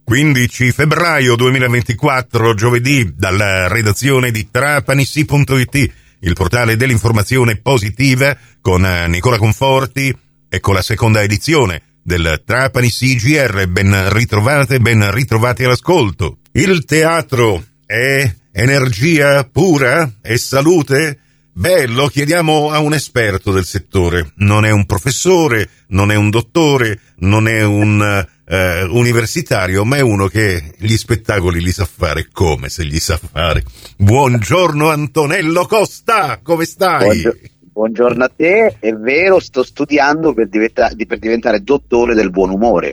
15 febbraio 2024, giovedì, dalla redazione di Trapanissi.it, il portale dell'informazione positiva, con Nicola Conforti. Ecco la seconda edizione del Trapanissi GR. Ben ritrovati all'ascolto. Il teatro è energia pura? È salute? Beh, lo chiediamo a un esperto del settore. Non è un professore, non è un dottore, non è un universitario, ma è uno che gli spettacoli li sa fare come se li sa fare. Buongiorno Antonello Costa, come stai? Buongiorno a te, è vero, sto studiando per diventare dottore del buon umore.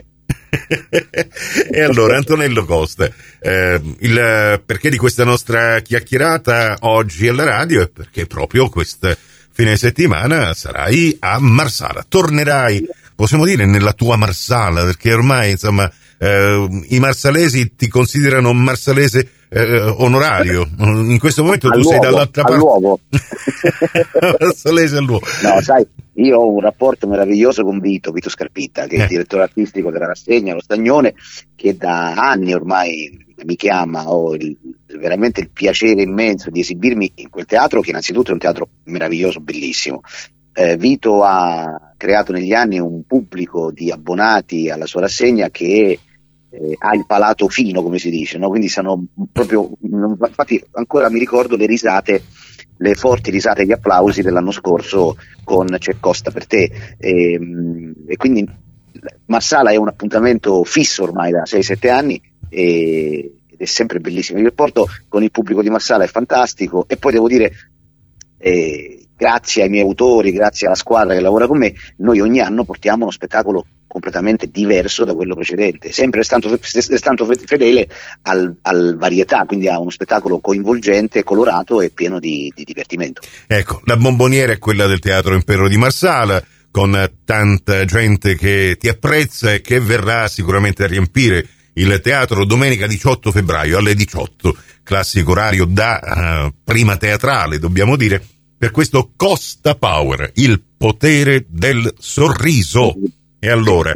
E allora Antonello Costa, il perché di questa nostra chiacchierata oggi alla radio è perché proprio questo fine settimana sarai a Marsala, tornerai, possiamo dire, nella tua Marsala, perché ormai insomma i marsalesi ti considerano marsalese onorario. In questo momento tu sei dall'altra parte. All'uovo. Marsalese all'uovo. No, sai, io ho un rapporto meraviglioso con Vito Scarpitta, che è il direttore artistico della rassegna Lo Stagnone, che da anni ormai mi chiama. Ho veramente il piacere immenso di esibirmi in quel teatro, che innanzitutto è un teatro meraviglioso, bellissimo. Vito ha creato negli anni un pubblico di abbonati alla sua rassegna che ha il palato fino, come si dice, no? Quindi sono proprio, infatti ancora mi ricordo le risate, le forti risate e gli applausi dell'anno scorso con C'è Costa per te, e quindi Marsala è un appuntamento fisso ormai da 6-7 anni ed è sempre bellissimo. Il rapporto con il pubblico di Marsala è fantastico, e poi devo dire, grazie ai miei autori, grazie alla squadra che lavora con me, noi ogni anno portiamo uno spettacolo completamente diverso da quello precedente, sempre restando fedele al varietà, quindi a uno spettacolo coinvolgente, colorato e pieno di divertimento. Ecco, la bomboniera è quella del Teatro Impero di Marsala, con tanta gente che ti apprezza e che verrà sicuramente a riempire il teatro domenica 18 febbraio alle 18, classico orario da prima teatrale, dobbiamo dire, per questo Costa Power, il potere del sorriso. E allora,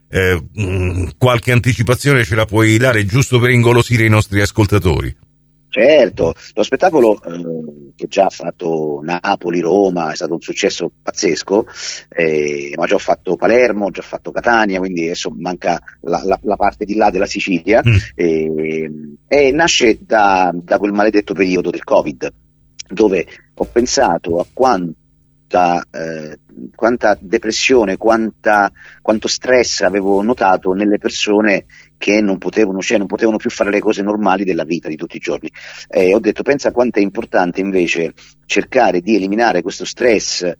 qualche anticipazione ce la puoi dare, giusto per ingolosire i nostri ascoltatori? Certo, lo spettacolo che già ha fatto Napoli, Roma, è stato un successo pazzesco, ma già ho fatto Palermo, ho già fatto Catania, quindi adesso manca la parte di là della Sicilia, e nasce da quel maledetto periodo del Covid, dove ho pensato a quanta depressione, quanto stress avevo notato nelle persone che non potevano più fare le cose normali della vita di tutti i giorni. Ho detto, pensa quanto è importante invece cercare di eliminare questo stress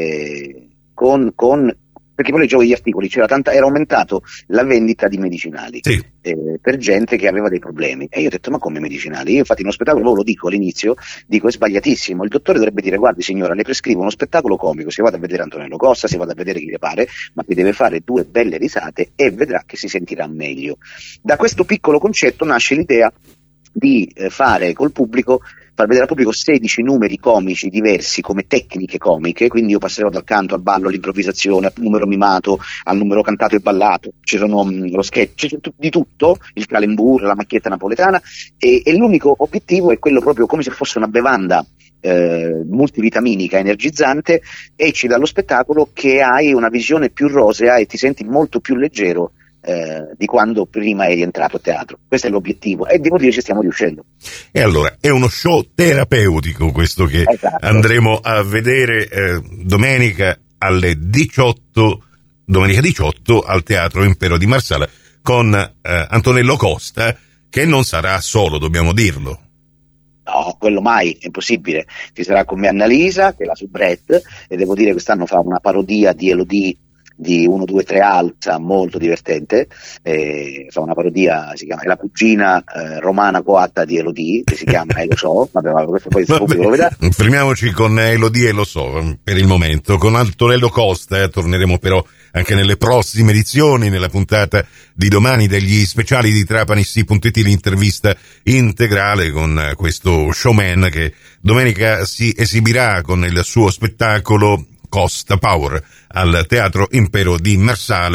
perché poi leggevo gli articoli, era aumentato la vendita di medicinali, sì, per gente che aveva dei problemi, e io ho detto, ma come medicinali? Io infatti in uno spettacolo, lo dico all'inizio, è sbagliatissimo, il dottore dovrebbe dire, guardi signora, le prescrivo uno spettacolo comico, si vada a vedere Antonello Costa, si vada a vedere chi le pare, ma ti deve fare 2 belle risate e vedrà che si sentirà meglio. Da questo piccolo concetto nasce l'idea di fare far vedere al pubblico 16 numeri comici diversi come tecniche comiche, quindi io passerò dal canto al ballo, all'improvvisazione, al numero mimato, al numero cantato e ballato, ci sono lo sketch, c'è di tutto, il calembour, la macchietta napoletana, e l'unico obiettivo è quello proprio come se fosse una bevanda multivitaminica energizzante, esci dallo spettacolo che hai una visione più rosea e ti senti molto più leggero di quando prima eri entrato a teatro. Questo è l'obiettivo e devo dire ci stiamo riuscendo. E allora è uno show terapeutico questo che andremo a vedere domenica alle 18, domenica 18 al Teatro Impero di Marsala, con Antonello Costa, che non sarà solo, dobbiamo dirlo. No, quello mai, è impossibile. Ci sarà con me Annalisa, che è la soubrette, e devo dire quest'anno fa una parodia di Elodie di 1, 2, 3 alza, molto divertente, fa una parodia, si chiama, è la cugina romana coatta di Elodie, che si chiama Lo so, vabbè, questo poi il pubblico lo vedrà. Fermiamoci con Elodie e Lo so per il momento. Con Antonello Costa torneremo però anche nelle prossime edizioni, nella puntata di domani degli speciali di Trapanissi.it, l'intervista integrale con questo showman che domenica si esibirà con il suo spettacolo Costa Power al Teatro Impero di Marsala,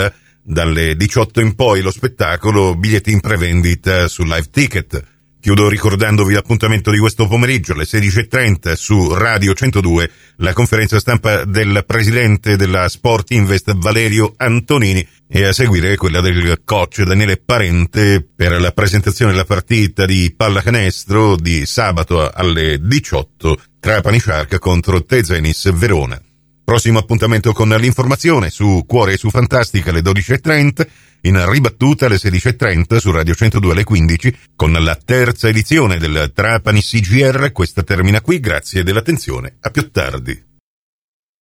dalle 18 in poi lo spettacolo, biglietti in prevendita su Live Ticket. Chiudo ricordandovi l'appuntamento di questo pomeriggio alle 16.30 su Radio 102, la conferenza stampa del presidente della Sport Invest Valerio Antonini e a seguire quella del coach Daniele Parente per la presentazione della partita di pallacanestro di sabato alle 18 Trapani Shark contro Tezenis Verona. Prossimo appuntamento con l'informazione su Cuore e su Fantastica alle 12.30, in ribattuta alle 16.30 su Radio 102 alle 15 con la terza edizione del Trapani CGR. Questa termina qui, grazie dell'attenzione, a più tardi.